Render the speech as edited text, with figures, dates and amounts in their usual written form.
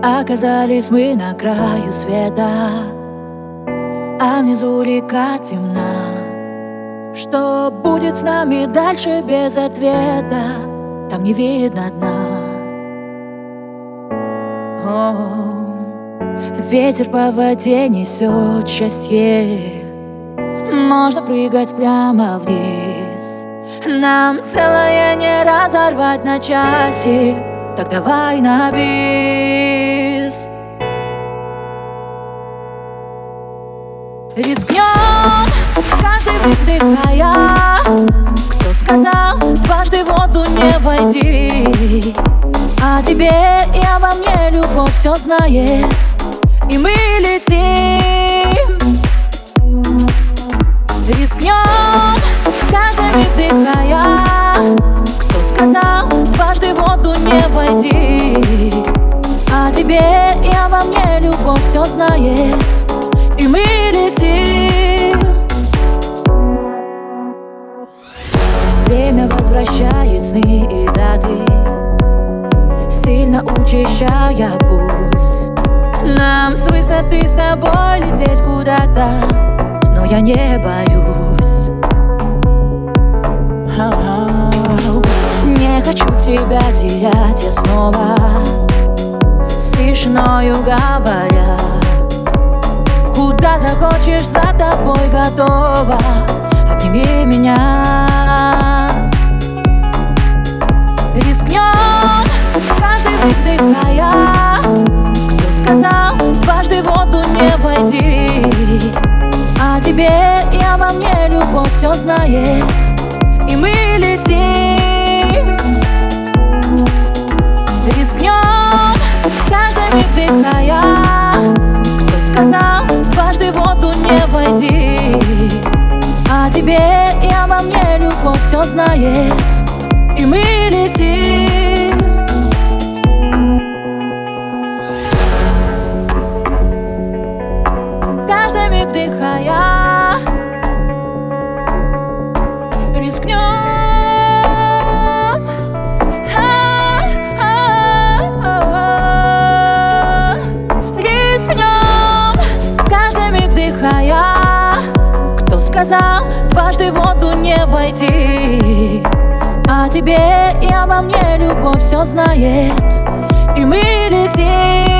Оказались мы на краю света, а внизу река темна. Что будет с нами дальше без ответа? Там не видно дна. Ветер по воде несет счастье. Можно прыгать прямо вниз. Нам целое не разорвать на части. Так давай на бис. Рискнем, каждый выдыхая. Кто сказал, дважды в воду не войти? О тебе и обо мне любовь все знает, и мы летим. Рискнем, каждый выдыхая. Кто сказал, дважды в воду не войти? О тебе и обо мне любовь все знает, и мы летим. Время возвращает сны и даты, сильно учащая пульс. Нам с высоты с тобой лететь куда-то, но я не боюсь. Не хочу тебя терять я снова, с тишиною говоря. Куда захочешь, за тобой готова. Обними меня. Рискнем, каждый выдыхая. Кто сказал, дважды в воду не войти? О тебе и обо мне любовь все знает, и мы летим. Рискнем, каждый выдыхая. Кто сказал, дважды в воду не войти? О тебе и обо мне любовь все знает, и мы летим. Каждый миг вдыхая. Рискнем. Рискнем, каждый миг вдыхая. Кто сказал, дважды в воду не войти? О тебе и обо мне любовь все знает, и мы летим.